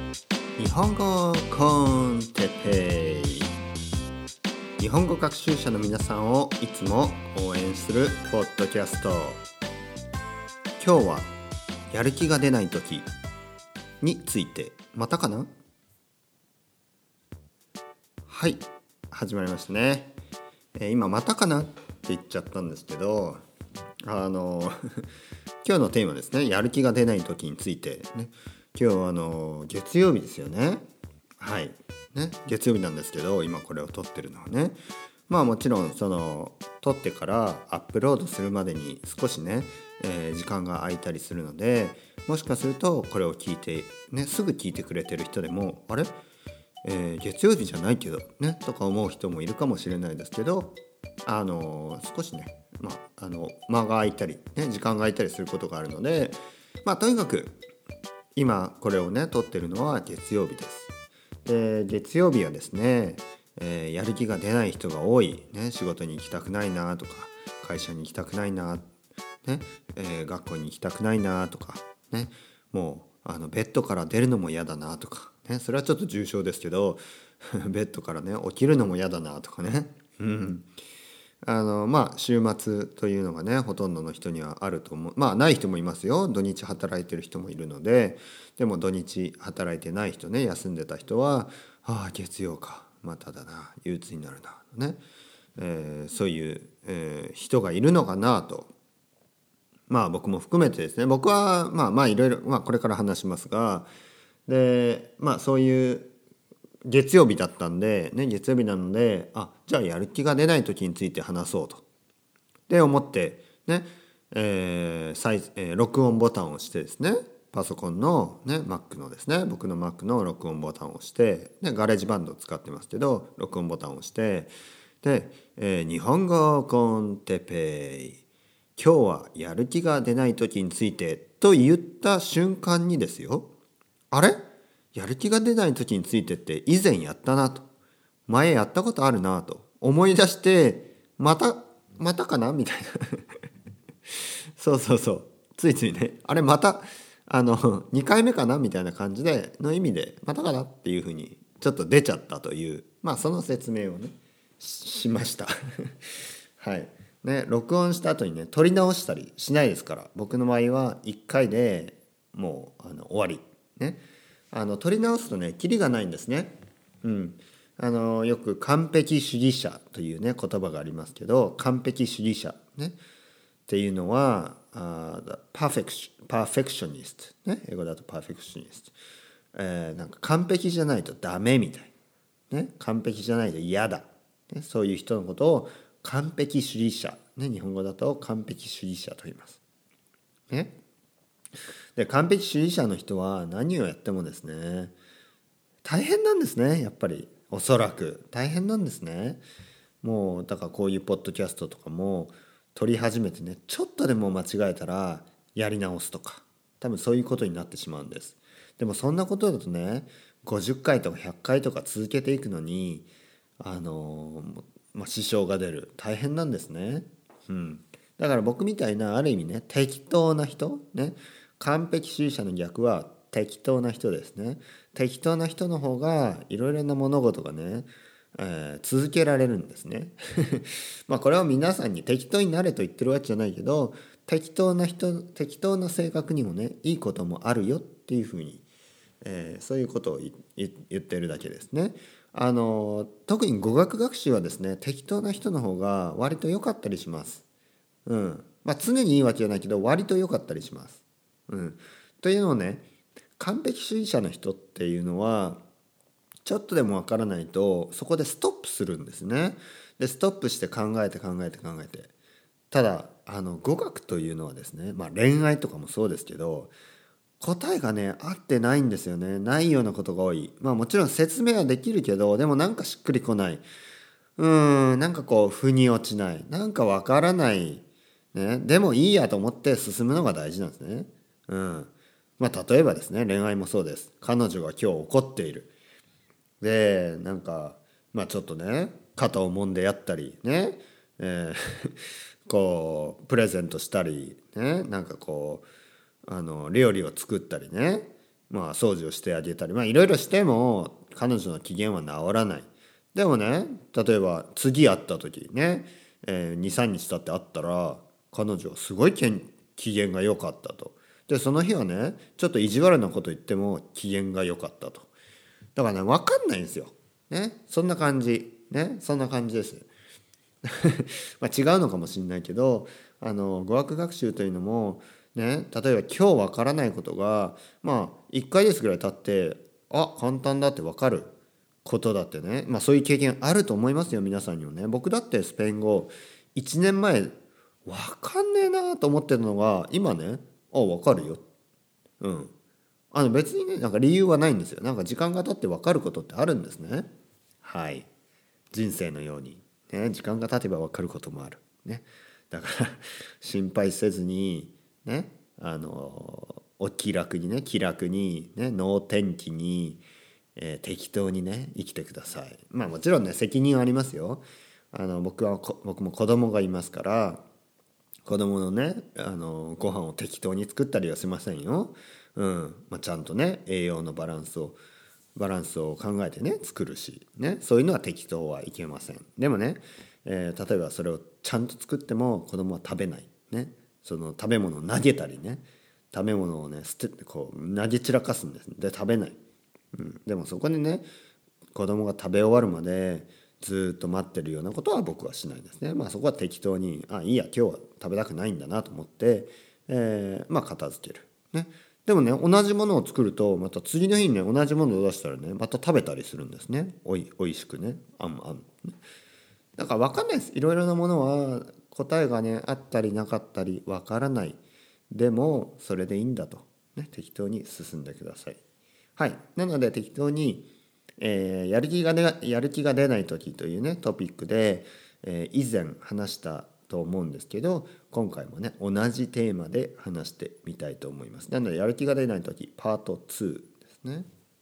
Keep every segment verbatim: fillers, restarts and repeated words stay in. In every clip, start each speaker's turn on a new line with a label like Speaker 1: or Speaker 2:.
Speaker 1: 日本語コンテペイ。日本語学習者の皆さんをいつも応援するポッドキャスト。今日はやる気が出ない時について。またかな？はい、始まりましたね。えー、今またかなって言っちゃったんですけど、あの今日のテーマですね。やる気が出ない時についてね。今日はあの月曜日ですよね。はい、ね、月曜日なんですけど、今これを撮ってるのはね、まあもちろんその撮ってからアップロードするまでに少しね、えー、時間が空いたりするので、もしかするとこれを聞いてね、すぐ聞いてくれてる人でも、あれ、えー、月曜日じゃないけどねとか思う人もいるかもしれないですけど、あのー、少しね、まあ、あの間が空いたり、ね、時間が空いたりすることがあるので、まあとにかく今これをね撮ってるのは月曜日です。で月曜日はですね、えー、やる気が出ない人が多い、ね、仕事に行きたくないなとか、会社に行きたくないな、ねえー、学校に行きたくないなとか、ね、もうあのベッドから出るのも嫌だなとか、ね、それはちょっと重症ですけどベッドからね起きるのも嫌だなとかね、うん、あのまあ週末というのがねほとんどの人にはあると思う。まあない人もいますよ。土日働いてる人もいるので。でも土日働いてない人ね、休んでた人は、ああ月曜かまただな、憂鬱になるなね、えー、そういう、えー、人がいるのかなと。まあ僕も含めてですね。僕はまあまあいろいろ、まあこれから話しますが、でまあそういう月曜日だったんで、ね、月曜日なので、あ、じゃあやる気が出ない時について話そうと。で思ってね、えー再えー、録音ボタンを押してですね、パソコンの、ね、Mac のですね、僕の Mac の録音ボタンを押して、ね、ガレージバンドを使ってますけど、録音ボタンを押して、で、えー、日本語コンテペイ、今日はやる気が出ない時についてと言った瞬間にですよ、あれ、やる気が出ない時についてって以前やったなと、前やったことあるなと思い出して、またまたかなみたいなそうそうそう、ついついね、あれまたあのにかいめかなみたいな感じでの意味で、またかなっていうふうにちょっと出ちゃったという、まあその説明をね し, しましたはいね。録音した後にね撮り直したりしないですから、僕の場合はいっかいでもうあの終わりね。あの撮り直すとねキリがないんですね。うん、あのよく完璧主義者というね言葉がありますけど、完璧主義者ねっていうのは、あパーフェクシパーフェクショニストね、英語だとパーフェクショニスト、えー、なんか完璧じゃないとダメみたいね、完璧じゃないと嫌だ、ね、そういう人のことを完璧主義者、ね、日本語だと完璧主義者と言いますね。で完璧主義者の人は何をやってもですね大変なんですね。やっぱりおそらく大変なんですね。もうだからこういうポッドキャストとかも撮り始めてね、ちょっとでも間違えたらやり直すとか、多分そういうことになってしまうんです。でもそんなことだとね、ごじゅっかいとかひゃっかいとか続けていくのにあの、まあ、支障が出る、大変なんですね。うん、だから僕みたいなある意味ね適当な人ね、完璧主義者の逆は適当な人ですね。適当な人の方がいろいろな物事がね、えー、続けられるんですねまあこれは皆さんに適当になれと言ってるわけじゃないけど、適当な人、適当な性格にもねいいこともあるよっていうふうに、えー、そういうことを言ってるだけですね。あの特に語学学習はですね、適当な人の方が割と良かったりします。うん、まあ常にいいわけじゃないけど割と良かったりします。うん、というのをね、完璧主義者の人っていうのはちょっとでもわからないとそこでストップするんですね。でストップして考えて考えて考えて、ただあの語学というのはですね、まあ恋愛とかもそうですけど、答えがね合ってないんですよね。ないようなことが多い。まあもちろん説明はできるけど、でもなんかしっくりこない、うーんなんかこう腑に落ちない、なんかわからない、ね、でもいいやと思って進むのが大事なんですね。うん、まあ例えばですね、恋愛もそうです。彼女が今日怒っている。でなんかまあちょっとね肩を揉んでやったりね、えーこうプレゼントしたりね、なんかこうあの料理を作ったりね、 まあ掃除をしてあげたり、まあいろいろしても彼女の機嫌は治らない。でもね、例えば次会った時ね、えー、にさんにち経って会ったら彼女はすごい機嫌が良かったと。でその日はねちょっと意地悪なこと言っても機嫌が良かったと。だからね分かんないんですよ。ね、そんな感じね、そんな感じです。まあ違うのかもしれないけど、あの語学学習というのもね、例えば今日分からないことがまあいっかげつぐらい経ってあ簡単だって分かることだってね、まあそういう経験あると思いますよ、皆さんにもね。僕だってスペイン語いちねんまえ分かんねえなと思ってたのが今ね、あ分かるよ。うん。あの別にねなんか理由はないんですよ。なんか時間が経って分かることってあるんですね。はい。人生のように、ね、時間が経てば分かることもある。ね。だから心配せずにね、あのお気楽にね気楽にね能天気に、えー、適当にね生きてください。まあもちろんね責任はありますよ。あの僕は僕も子供がいますから子供のねあのご飯を適当に作ったりはしませんよ。うんまあ、ちゃんとね栄養のバランスをバランスを考えてね作るし、ね、そういうのは適当はいけません。でもね、えー、例えばそれをちゃんと作っても子供は食べない、ね、その食べ物を投げたりね食べ物をね捨ててこう投げ散らかすんです。で食べない、うん、でもそこでね子供が食べ終わるまでずっと待ってるようなことは僕はしないですね。まあそこは適当にあいいや今日は食べたくないんだなと思って、えー、まあ片付けるね。でもね同じものを作るとまた次の日にね同じものを出したらねまた食べたりするんですね。おいおいしくねあんあんだから分かんないです。いろいろなものは答えがねあったりなかったり分からない。でもそれでいいんだと、ね、適当に進んでください。はい。なので適当に、えーやる気がねやる気が出ない時というねトピックで、えー以前話したと思うんですけど今回もね同じテーマで話してみたいと思います。なのでやる気が出ない時パートツーですね。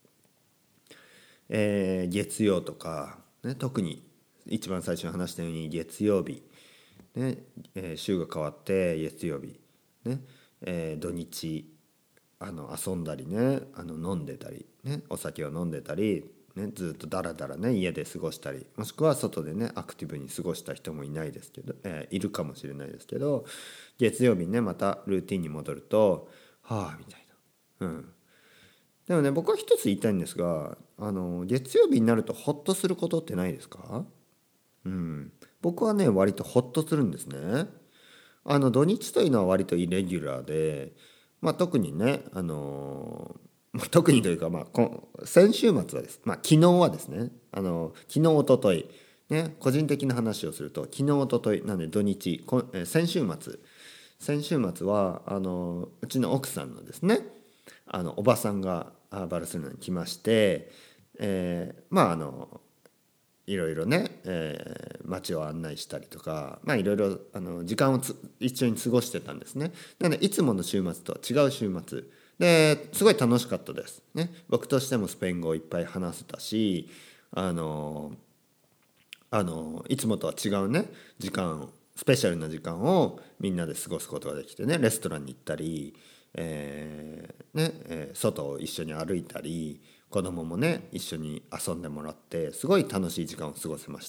Speaker 1: えー月曜とか、ね、特に一番最初に話したように月曜日、ねえー週が変わって月曜日、ねえー土日あの遊んだりねあの飲んでたり、ね、お酒を飲んでたり、ね、ずっとダラダラね家で過ごしたりもしくは外でねアクティブに過ごした人もいないですけど、えーいるかもしれないですけど月曜日にねまたルーティンに戻るとはあみたいな。うんでもね僕は一つ言いたいんですがあの月曜日になるとホッとすることってないですか？うん、僕はね割とホッとするんですね。あの土日というのは割とイレギュラーで、まあ、特にねあのまあ特にというか、まあ、こ先週末はです、まあ、昨日はですねあの昨日一昨日ね個人的な話をすると昨日一昨日なんで土日こえ先週末先週末はあのうちの奥さんのですねあのおばさんがあバルセロナに来まして、えーまああのいろいろね、えー街を案内したりとか、まあ、いろいろあの時間をつ一緒に過ごしてたんですね。なのでいつもの週末とは違う週末ですごい楽しかったです、ね、僕としてもスペイン語をいっぱい話せたしあのあのいつもとは違うね時間スペシャルな時間をみんなで過ごすことができてねレストランに行ったり、えーねえー外を一緒に歩いたり子供もね一緒に遊んでもらってすごい楽しい時間を過ごせました。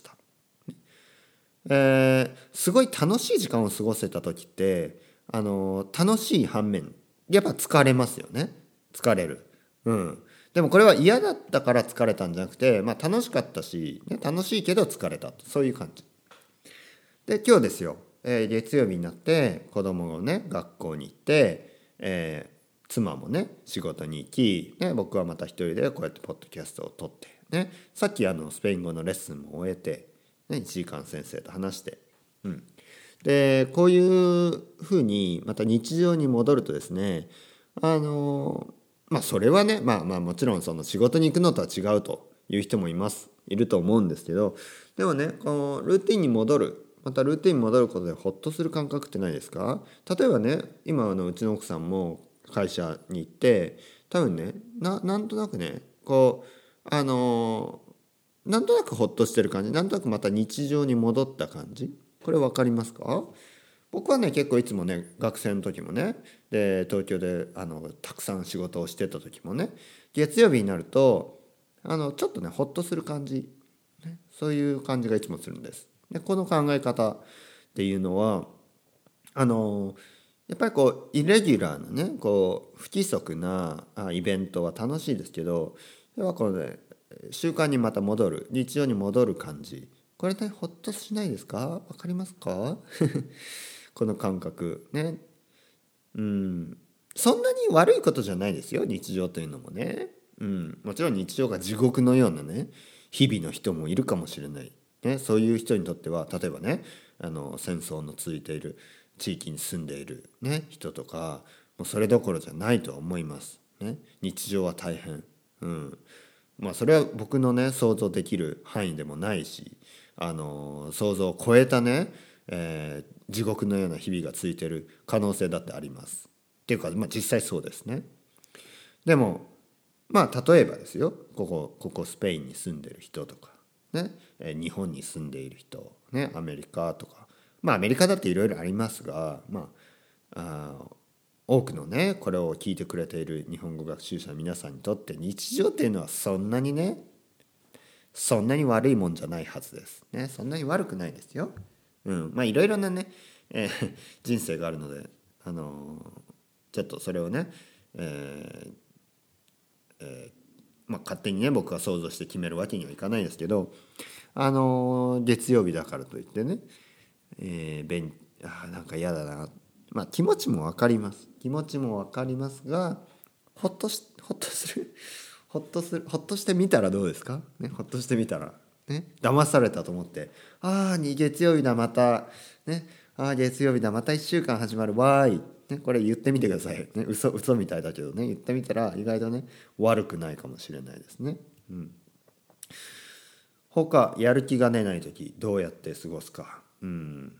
Speaker 1: えーすごい楽しい時間を過ごせた時ってあの楽しい反面やっぱ疲れますよね。疲れる。うん。でもこれは嫌だったから疲れたんじゃなくて、まあ、楽しかったし、ね、楽しいけど疲れたとそういう感じ。で今日ですよ、えー月曜日になって子供がね学校に行って、えー妻もね仕事に行き、ね、僕はまた一人でこうやってポッドキャストを撮って、ね、さっきあのスペイン語のレッスンも終えて、ね、いちじかん先生と話して、うん、でこういうふうにまた日常に戻るとですねあのまあそれはねまあまあもちろんその仕事に行くのとは違うという人もいますいると思うんですけどでもねこのルーティンに戻るまたルーティンに戻ることでホッとする感覚ってないですか？例えばね今あのうちの奥さんも会社に行って多分ね な, なんとなくねこうあのなんとなくホッとしてる感じなんとなくまた日常に戻った感じこれ分かりますか？ 僕はね結構いつもね学生の時もねで東京であのたくさん仕事をしてた時もね月曜日になるとあのちょっとねほっとする感じ、ね、そういう感じがいつもするんです。でこの考え方っていうのはあのやっぱりこうイレギュラーなねこう不規則なあイベントは楽しいですけど要はこのね習慣にまた戻る日常に戻る感じこれねほっとしないですか？わかりますか？この感覚ね。うんそんなに悪いことじゃないですよ日常というのもね。うんもちろん日常が地獄のようなね日々の人もいるかもしれない、ね、そういう人にとっては例えばねあの戦争の続いている地域に住んでいる、ね、人とかもうそれどころじゃないとは思います、ね、日常は大変、うんまあ、それは僕のね想像できる範囲でもないしあの想像を超えたね、えー地獄のような日々が続いている可能性だってありますっていうか、まあ、実際そうですね。でもまあ例えばですよここここスペインに住んでる人とかね、えー日本に住んでいる人、ね、アメリカとかまあアメリカだっていろいろありますがまああ多くのねこれを聞いてくれている日本語学習者の皆さんにとって日常っていうのはそんなにねそんなに悪いもんじゃないはずですね。そんなに悪くないですよ。うんまあいろいろなね、えー人生があるのであのーちょっとそれをね、えーえーまあ、勝手にね僕が想像して決めるわけにはいかないですけどあのー月曜日だからといってね、えー、便あーなんか嫌だなまあ気持ちも分かります気持ちも分かりますがほっとしほっとするほっとするほっとしてみたらどうですか、ね、ほっとしてみたらね騙されたと思ってああ月曜日だまたねああ月曜日だまたいっしゅうかん始まるわーい、ね、これ言ってみてください、ね、嘘嘘みたいだけどね言ってみたら意外とね悪くないかもしれないですね。うん他やる気が出ない時どうやって過ごすか。うん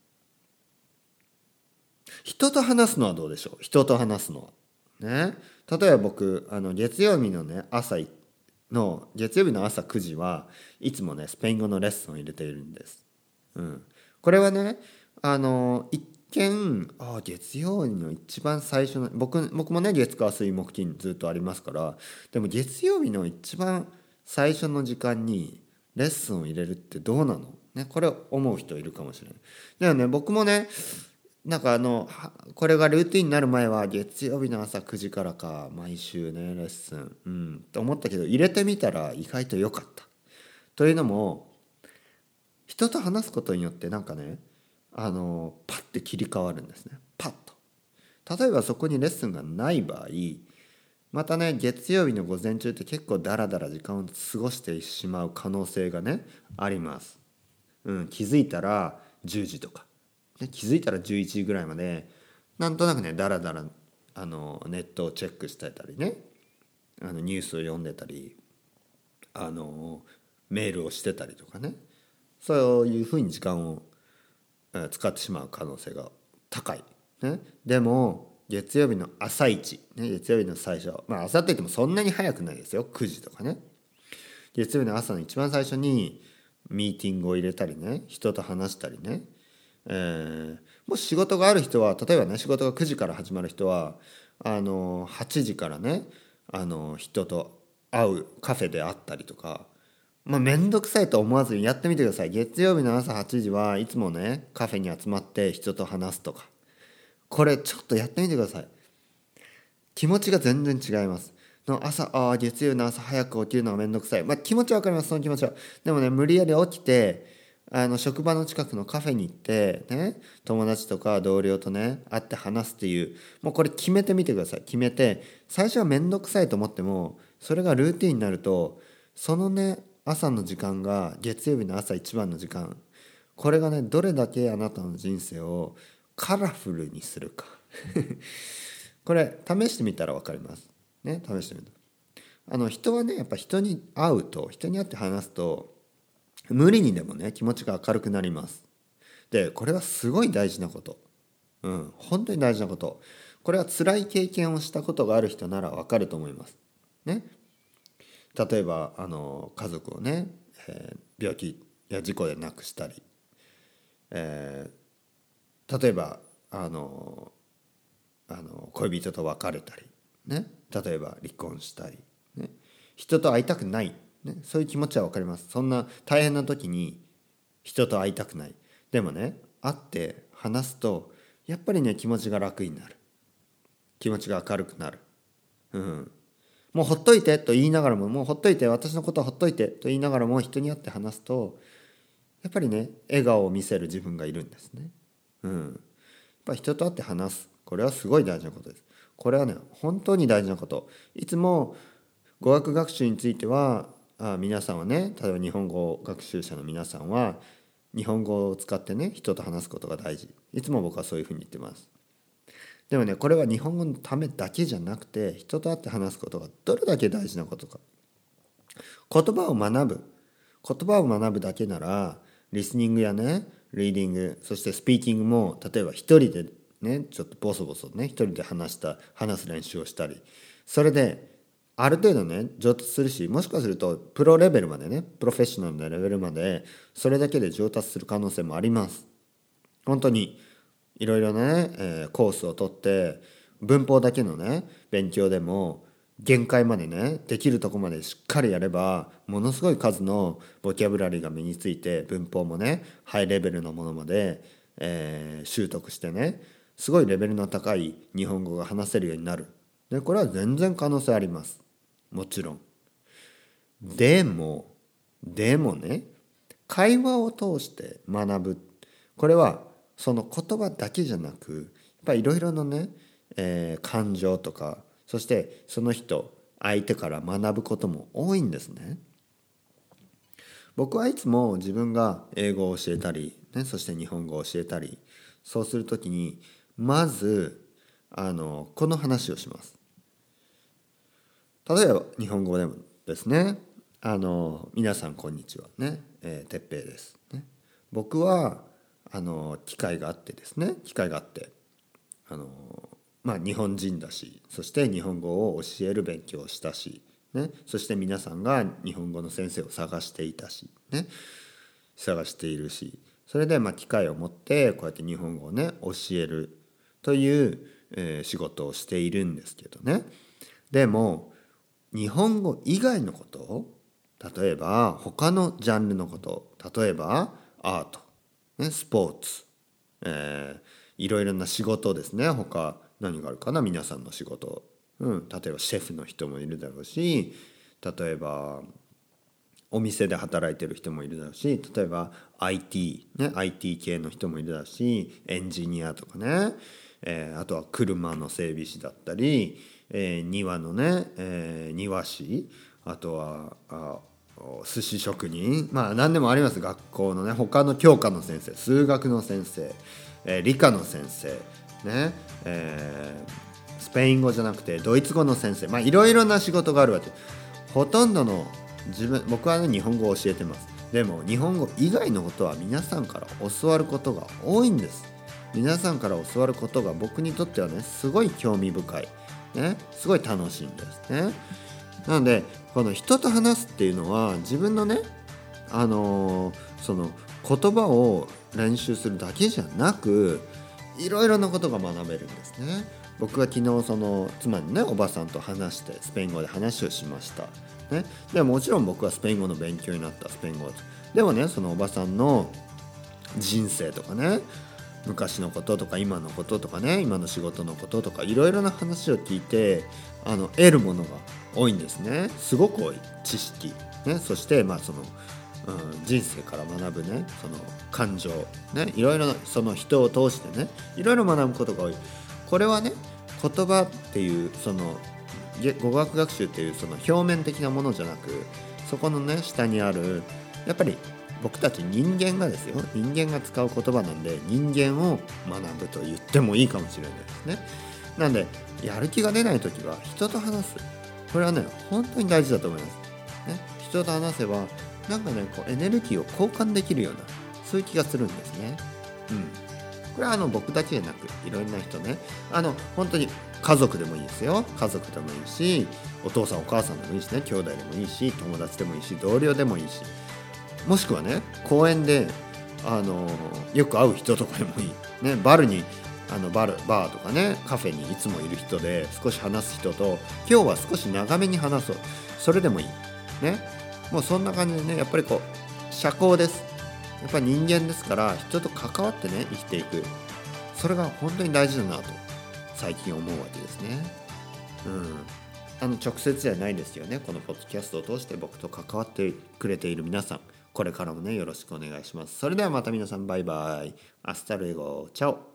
Speaker 1: 人と話すのはどうでしょう。人と話すのはね例えば僕あの月曜日のね朝の月曜日の朝くじはいつもねスペイン語のレッスンを入れているんです。うん、これはねあの一見あ月曜日の一番最初の僕僕もね月火水木金ずっとありますからでも月曜日の一番最初の時間にレッスンを入れるってどうなの、ね、これ思う人いるかもしれない。でもね僕もねなんかあのこれがルーティンになる前は月曜日の朝くじからか毎週ねレッスンうんと思ったけど入れてみたら意外と良かった。というのも人と話すことによってなんかねあのパッて切り替わるんですねパッと。例えばそこにレッスンがない場合またね月曜日の午前中って結構ダラダラ時間を過ごしてしまう可能性がねあります。うん、気づいたらじゅうじとか、ね、気づいたらじゅういちじぐらいまでなんとなくねダラダラあのネットをチェックしてたりねあのニュースを読んでたりあのメールをしてたりとかねそういうふうに時間を使ってしまう可能性が高い、ね、でも月曜日の朝一、ね、月曜日の最初まあ朝って言ってもそんなに早くないですよくじとかね。月曜日の朝の一番最初にミーティングを入れたりね人と話したりね、えー、もし仕事がある人は例えばね仕事がくじから始まる人はあのはちじからねあの人と会うカフェで会ったりとかまあ面倒くさいと思わずにやってみてください。月曜日の朝はちじはいつもねカフェに集まって人と話すとかこれちょっとやってみてください。気持ちが全然違います。の朝あ月曜の朝早く起きるのがめんどくさい、まあ、気持ちは分かりますその気持ちは。でもね無理やり起きてあの職場の近くのカフェに行ってね友達とか同僚とね会って話すっていうもうこれ決めてみてください。決めて最初はめんどくさいと思ってもそれがルーティンになるとそのね朝の時間が月曜日の朝一番の時間これがねどれだけあなたの人生をカラフルにするかこれ試してみたら分かりますね。試してみるあの人はねやっぱ人に会うと人に会って話すと無理にでもね気持ちが明るくなります。でこれはすごい大事なこと、うん、本当に大事なこと。これは辛い経験をしたことがある人なら分かると思いますね。例えばあの家族をね、えー病気や事故で亡くしたり、え例えばあのあの恋人と別れたり、ね、例えば離婚したり、ね、人と会いたくない、ね、そういう気持ちは分かります。そんな大変な時に人と会いたくない。でもね、会って話すとやっぱりね、気持ちが楽になる。気持ちが明るくなる。うん、もうほっといてと言いながらも、もうほっといて、私のことはほっといてと言いながらも、人に会って話すとやっぱりね、笑顔を見せる自分がいるんですね。うん、やっぱ人と会って話す、これはすごい大事なことです。これはね、本当に大事なこと。いつも語学学習については、あ皆さんはね、例えば日本語学習者の皆さんは日本語を使ってね、人と話すことが大事。いつも僕はそういうふうに言ってます。でもね、これは日本語のためだけじゃなくて、人と会って話すことがどれだけ大事なことか。言葉を学ぶ。言葉を学ぶだけなら、リスニングやね、リーディング、そしてスピーキングも、例えば一人でね、ちょっとボソボソね、一人で話した、話す練習をしたり、それで、ある程度ね、上達するし、もしかすると、プロレベルまでね、プロフェッショナルなレベルまで、それだけで上達する可能性もあります。本当に、いろいろね、えー、コースを取って文法だけのね勉強でも限界までね、できるとこまでしっかりやれば、ものすごい数のボキャブラリーが身について、文法もねハイレベルのものまで、えー、習得してね、すごいレベルの高い日本語が話せるようになる。でこれは全然可能性あります。もちろん。でもでもね、会話を通して学ぶ、これはその言葉だけじゃなく、やっぱりいろいろなね、えー、感情とか、そしてその人相手から学ぶことも多いんですね。僕はいつも自分が英語を教えたり、ね、そして日本語を教えたり、そうするときにまずあのこの話をします。例えば日本語でもですね、あの皆さんこんにちはね、えー、てっぺいです、ね、僕はあの機会があってですね機会があってあの、まあ、日本人だし、そして日本語を教える勉強をしたし、ね、そして皆さんが日本語の先生を探していたし、ね、探しているし、それでまあ機会を持ってこうやって日本語をね教えるという、えー、仕事をしているんですけどね。でも日本語以外のこと、例えば他のジャンルのこと、例えばアート、ね、スポーツ、えー、いろいろな仕事ですね。他何があるかな、皆さんの仕事、うん、例えばシェフの人もいるだろうし、例えばお店で働いてる人もいるだろうし、例えば アイティー、ね、アイティー 系の人もいるだろうし、エンジニアとかね、えー、あとは車の整備士だったり、えー、庭のね、えー、庭師、あとはあ寿司職人、まあ何でもあります。学校のね、他の教科の先生、数学の先生、えー、理科の先生ね、えー、スペイン語じゃなくてドイツ語の先生、まあいろいろな仕事があるわけ。ほとんどの自分僕はね日本語を教えてます。でも日本語以外のことは皆さんから教わることが多いんです。皆さんから教わることが僕にとってはねすごい興味深い、ね、すごい楽しいんですね。なのでこの人と話すっていうのは自分のね、あのー、その言葉を練習するだけじゃなく、いろいろなことが学べるんですね。僕は昨日その妻にねおばさんと話してスペイン語で話をしました、ね、でもちろん僕はスペイン語の勉強になった。スペイン語でもね、そのおばさんの人生とかね、昔のこととか今のこととかね、今の仕事のこととかいろいろな話を聞いて、あの得るものが多いんですね。すごく多い知識、ね、そしてまあその、うん、人生から学ぶね、その感情ね、いろいろなその人を通してね、いろいろ学ぶことが多い。これはね、言葉っていうその語学学習っていうその表面的なものじゃなく、そこのね下にある、やっぱり僕たち人間がですよ、人間が使う言葉なんで、人間を学ぶと言ってもいいかもしれないですね。なんでやる気が出ないときは人と話す、これはね本当に大事だと思います、ね、人と話せばなんかねこうエネルギーを交換できるような、そういう気がするんですね。うんこれはあの僕だけじゃなくいろんな人ね、あの本当に家族でもいいですよ。家族でもいいし、お父さんお母さんでもいいしね、兄弟でもいいし、友達でもいいし、同僚でもいいし、もしくはね公園であのよく会う人とかでもいい、ね、バルにあのバルバーとかねカフェにいつもいる人で少し話す人と今日は少し長めに話そう、それでもいいね。もうそんな感じでね、やっぱりこう社交です。やっぱり人間ですから人と関わってね生きていく、それが本当に大事だなと最近思うわけですね。うん、あの直接じゃないですよね。このポッドキャストを通して僕と関わってくれている皆さん、これからもねよろしくお願いします。それではまた皆さん、バイバイ、アスタルエゴ、チャオ。